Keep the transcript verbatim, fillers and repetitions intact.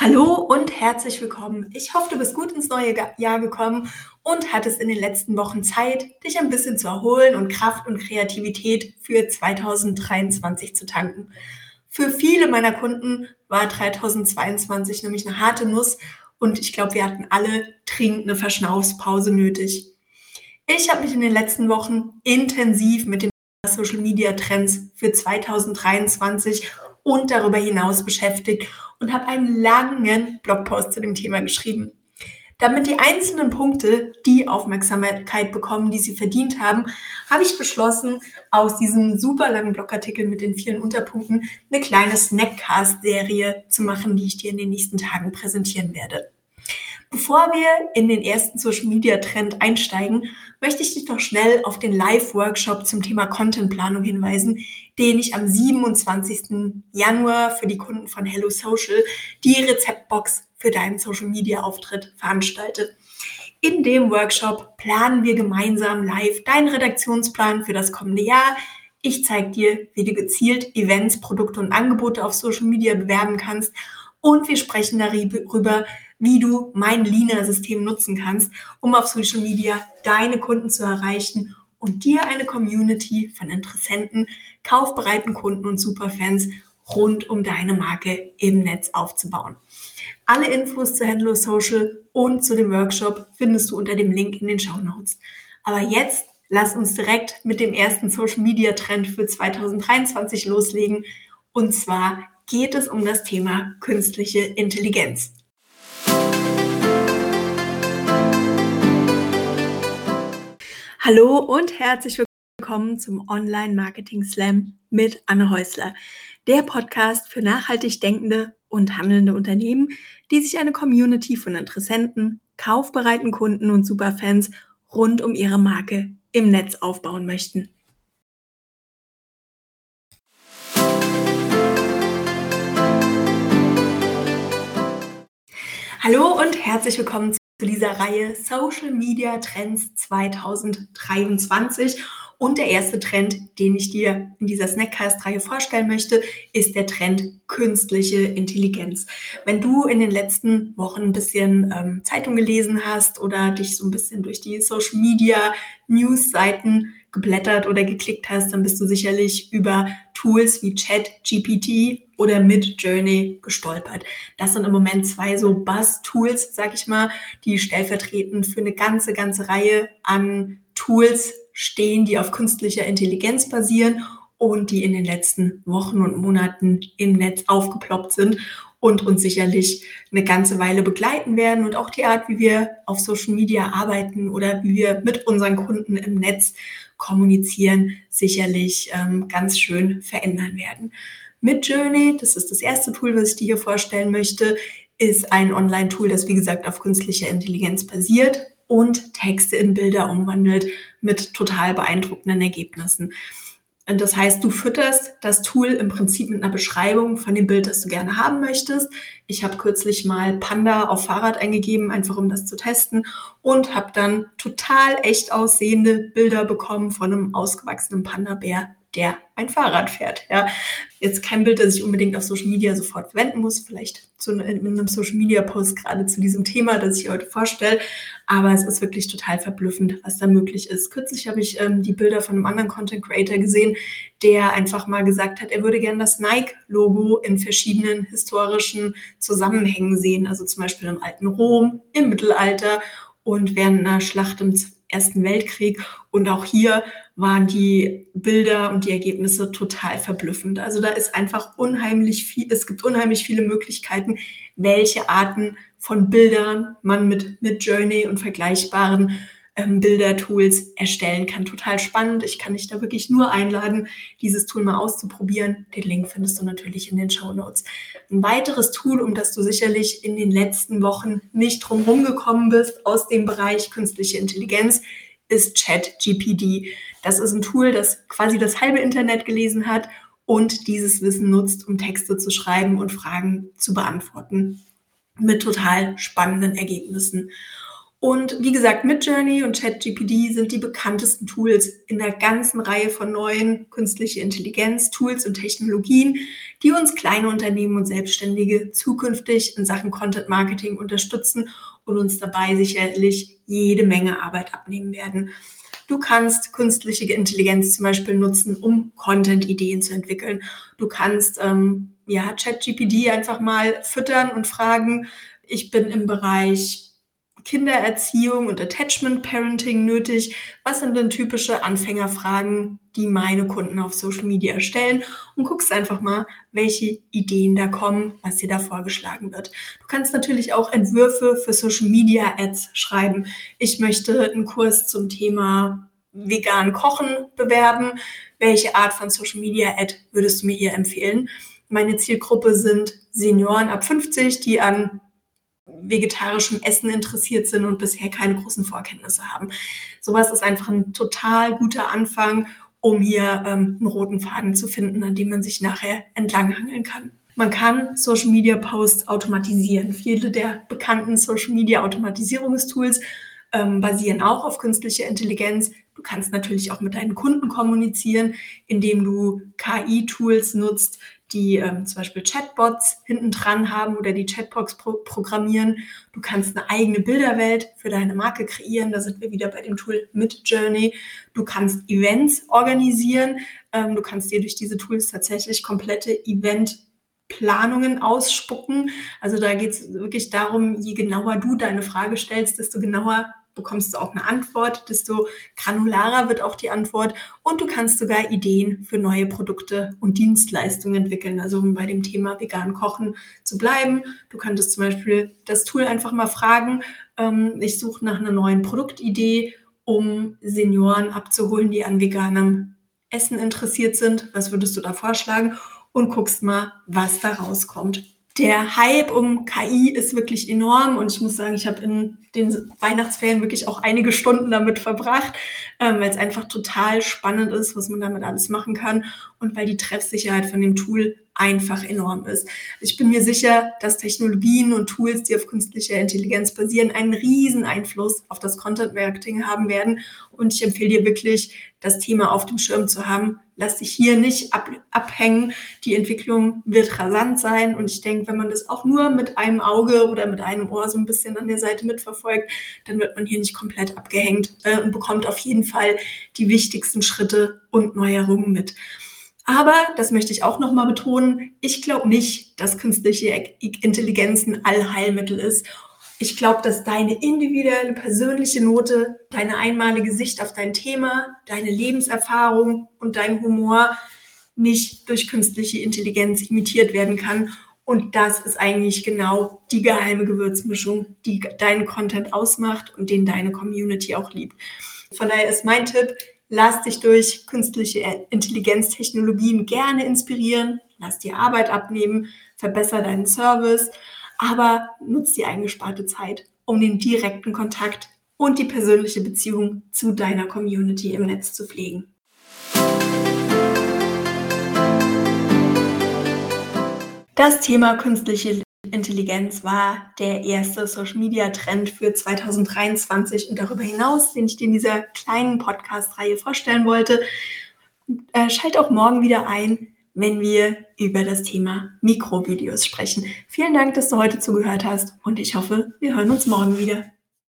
Hallo und herzlich willkommen. Ich hoffe, du bist gut ins neue Ga- Jahr gekommen und hattest in den letzten Wochen Zeit, dich ein bisschen zu erholen und Kraft und Kreativität für zwanzig dreiundzwanzig zu tanken. Für viele meiner Kunden war zwanzig zweiundzwanzig nämlich eine harte Nuss und ich glaube, wir hatten alle dringend eine Verschnaufspause nötig. Ich habe mich in den letzten Wochen intensiv mit den Social Media Trends für zwanzig dreiundzwanzig und darüber hinaus beschäftigt und habe einen langen Blogpost zu dem Thema geschrieben. Damit die einzelnen Punkte die Aufmerksamkeit bekommen, die sie verdient haben, habe ich beschlossen, aus diesem super langen Blogartikel mit den vielen Unterpunkten eine kleine Snackcast-Serie zu machen, die ich dir in den nächsten Tagen präsentieren werde. Bevor wir in den ersten Social-Media-Trend einsteigen, möchte ich dich noch schnell auf den Live-Workshop zum Thema Contentplanung hinweisen, den ich am siebenundzwanzigsten Januar für die Kunden von Hello Social, die Rezeptbox für deinen Social-Media-Auftritt, veranstalte. In dem Workshop planen wir gemeinsam live deinen Redaktionsplan für das kommende Jahr. Ich zeige dir, wie du gezielt Events, Produkte und Angebote auf Social Media bewerben kannst und wir sprechen darüber, wie du mein Leaner-System nutzen kannst, um auf Social Media deine Kunden zu erreichen und dir eine Community von Interessenten, kaufbereiten Kunden und Superfans rund um deine Marke im Netz aufzubauen. Alle Infos zu Hello Social und zu dem Workshop findest du unter dem Link in den Shownotes. Aber jetzt lass uns direkt mit dem ersten Social Media Trend für zwanzig dreiundzwanzig loslegen. Und zwar geht es um das Thema künstliche Intelligenz. Hallo und herzlich willkommen zum Online Marketing Slam mit Anne Häusler, der Podcast für nachhaltig denkende und handelnde Unternehmen, die sich eine Community von Interessenten, kaufbereiten Kunden und Superfans rund um ihre Marke im Netz aufbauen möchten. Hallo und herzlich willkommen zu dieser Reihe Social Media Trends zwanzig dreiundzwanzig. Und der erste Trend, den ich dir in dieser Snackcast-Reihe vorstellen möchte, ist der Trend künstliche Intelligenz. Wenn du in den letzten Wochen ein bisschen ähm, Zeitung gelesen hast oder dich so ein bisschen durch die Social Media News-Seiten geblättert oder geklickt hast, dann bist du sicherlich über Tools wie ChatGPT oder Midjourney gestolpert. Das sind im Moment zwei so Buzz-Tools, sag ich mal, die stellvertretend für eine ganze, ganze Reihe an Tools stehen, die auf künstlicher Intelligenz basieren und die in den letzten Wochen und Monaten im Netz aufgeploppt sind und uns sicherlich eine ganze Weile begleiten werden und auch die Art, wie wir auf Social Media arbeiten oder wie wir mit unseren Kunden im Netz kommunizieren, sicherlich ähm, ganz schön verändern werden. Midjourney, das ist das erste Tool, was ich dir hier vorstellen möchte, ist ein Online-Tool, das wie gesagt auf künstlicher Intelligenz basiert und Texte in Bilder umwandelt mit total beeindruckenden Ergebnissen. Und das heißt, du fütterst das Tool im Prinzip mit einer Beschreibung von dem Bild, das du gerne haben möchtest. Ich habe kürzlich mal Panda auf Fahrrad eingegeben, einfach um das zu testen und habe dann total echt aussehende Bilder bekommen von einem ausgewachsenen Panda-Bär, der ein Fahrrad fährt. Ja. Jetzt kein Bild, das ich unbedingt auf Social Media sofort verwenden muss, vielleicht zu einem Social Media Post gerade zu diesem Thema, das ich heute vorstelle. Aber es ist wirklich total verblüffend, was da möglich ist. Kürzlich habe ich ähm, die Bilder von einem anderen Content Creator gesehen, der einfach mal gesagt hat, er würde gerne das Nike-Logo in verschiedenen historischen Zusammenhängen sehen. Also zum Beispiel im alten Rom, im Mittelalter und während einer Schlacht im Ersten Weltkrieg. Und auch hier waren die Bilder und die Ergebnisse total verblüffend. Also da ist einfach unheimlich viel, es gibt unheimlich viele Möglichkeiten, welche Arten von Bildern man mit Midjourney und vergleichbaren ähm, Bildertools erstellen kann. Total spannend. Ich kann dich da wirklich nur einladen, dieses Tool mal auszuprobieren. Den Link findest du natürlich in den Shownotes. Ein weiteres Tool, um das du sicherlich in den letzten Wochen nicht drum herum gekommen bist aus dem Bereich künstliche Intelligenz, ist ChatGPT. Das ist ein Tool, das quasi das halbe Internet gelesen hat und dieses Wissen nutzt, um Texte zu schreiben und Fragen zu beantworten mit total spannenden Ergebnissen. Und wie gesagt, Midjourney und ChatGPT sind die bekanntesten Tools in der ganzen Reihe von neuen künstliche Intelligenz-Tools und Technologien, die uns kleine Unternehmen und Selbstständige zukünftig in Sachen Content Marketing unterstützen und uns dabei sicherlich jede Menge Arbeit abnehmen werden. Du kannst künstliche Intelligenz zum Beispiel nutzen, um Content-Ideen zu entwickeln. Du kannst ähm, ja, ChatGPT einfach mal füttern und fragen, ich bin im Bereich Kindererziehung und Attachment Parenting nötig. Was sind denn typische Anfängerfragen, die meine Kunden auf Social Media stellen? Und guckst einfach mal, welche Ideen da kommen, was dir da vorgeschlagen wird. Du kannst natürlich auch Entwürfe für Social Media Ads schreiben. Ich möchte einen Kurs zum Thema vegan Kochen bewerben. Welche Art von Social Media Ad würdest du mir hier empfehlen? Meine Zielgruppe sind Senioren ab fünfzig, die an vegetarischem Essen interessiert sind und bisher keine großen Vorkenntnisse haben. Sowas ist einfach ein total guter Anfang, um hier ähm, einen roten Faden zu finden, an dem man sich nachher entlanghangeln kann. Man kann Social Media Posts automatisieren. Viele der bekannten Social Media Automatisierungstools ähm, basieren auch auf künstlicher Intelligenz. Du kannst natürlich auch mit deinen Kunden kommunizieren, indem du K I-Tools nutzt, die ähm, zum Beispiel Chatbots hinten dran haben oder die Chatbots pro- programmieren. Du kannst eine eigene Bilderwelt für deine Marke kreieren. Da sind wir wieder bei dem Tool Midjourney. Du kannst Events organisieren. Ähm, du kannst dir durch diese Tools tatsächlich komplette Eventplanungen ausspucken. Also da geht es wirklich darum, je genauer du deine Frage stellst, desto genauer bekommst du auch eine Antwort, desto granularer wird auch die Antwort und du kannst sogar Ideen für neue Produkte und Dienstleistungen entwickeln. Also um bei dem Thema vegan Kochen zu bleiben, du könntest zum Beispiel das Tool einfach mal fragen, ähm, ich suche nach einer neuen Produktidee, um Senioren abzuholen, die an veganem Essen interessiert sind. Was würdest du da vorschlagen? Und guckst mal, was da rauskommt. Der Hype um K I ist wirklich enorm und ich muss sagen, ich habe in den Weihnachtsferien wirklich auch einige Stunden damit verbracht, ähm, weil es einfach total spannend ist, was man damit alles machen kann und weil die Treffsicherheit von dem Tool einfach enorm ist. Ich bin mir sicher, dass Technologien und Tools, die auf künstlicher Intelligenz basieren, einen riesen Einfluss auf das Content-Marketing haben werden und ich empfehle dir wirklich, das Thema auf dem Schirm zu haben. Lass dich hier nicht ab, abhängen. Die Entwicklung wird rasant sein und ich denke, wenn man das auch nur mit einem Auge oder mit einem Ohr so ein bisschen an der Seite mitverfolgt, dann wird man hier nicht komplett abgehängt äh, und bekommt auf jeden Fall die wichtigsten Schritte und Neuerungen mit. Aber, das möchte ich auch nochmal betonen, ich glaube nicht, dass künstliche Intelligenz ein Allheilmittel ist. Ich glaube, dass deine individuelle, persönliche Note, deine einmalige Sicht auf dein Thema, deine Lebenserfahrung und dein Humor nicht durch künstliche Intelligenz imitiert werden kann. Und das ist eigentlich genau die geheime Gewürzmischung, die deinen Content ausmacht und den deine Community auch liebt. Von daher ist mein Tipp, lass dich durch künstliche Intelligenztechnologien gerne inspirieren, lass dir Arbeit abnehmen, verbessere deinen Service, aber nutz die eingesparte Zeit, um den direkten Kontakt und die persönliche Beziehung zu deiner Community im Netz zu pflegen. Das Thema künstliche Intelligenz war der erste Social-Media-Trend für zwanzig dreiundzwanzig und darüber hinaus, den ich dir in dieser kleinen Podcast-Reihe vorstellen wollte. Äh, schalt auch morgen wieder ein, wenn wir über das Thema Mikrovideos sprechen. Vielen Dank, dass du heute zugehört hast und ich hoffe, wir hören uns morgen wieder.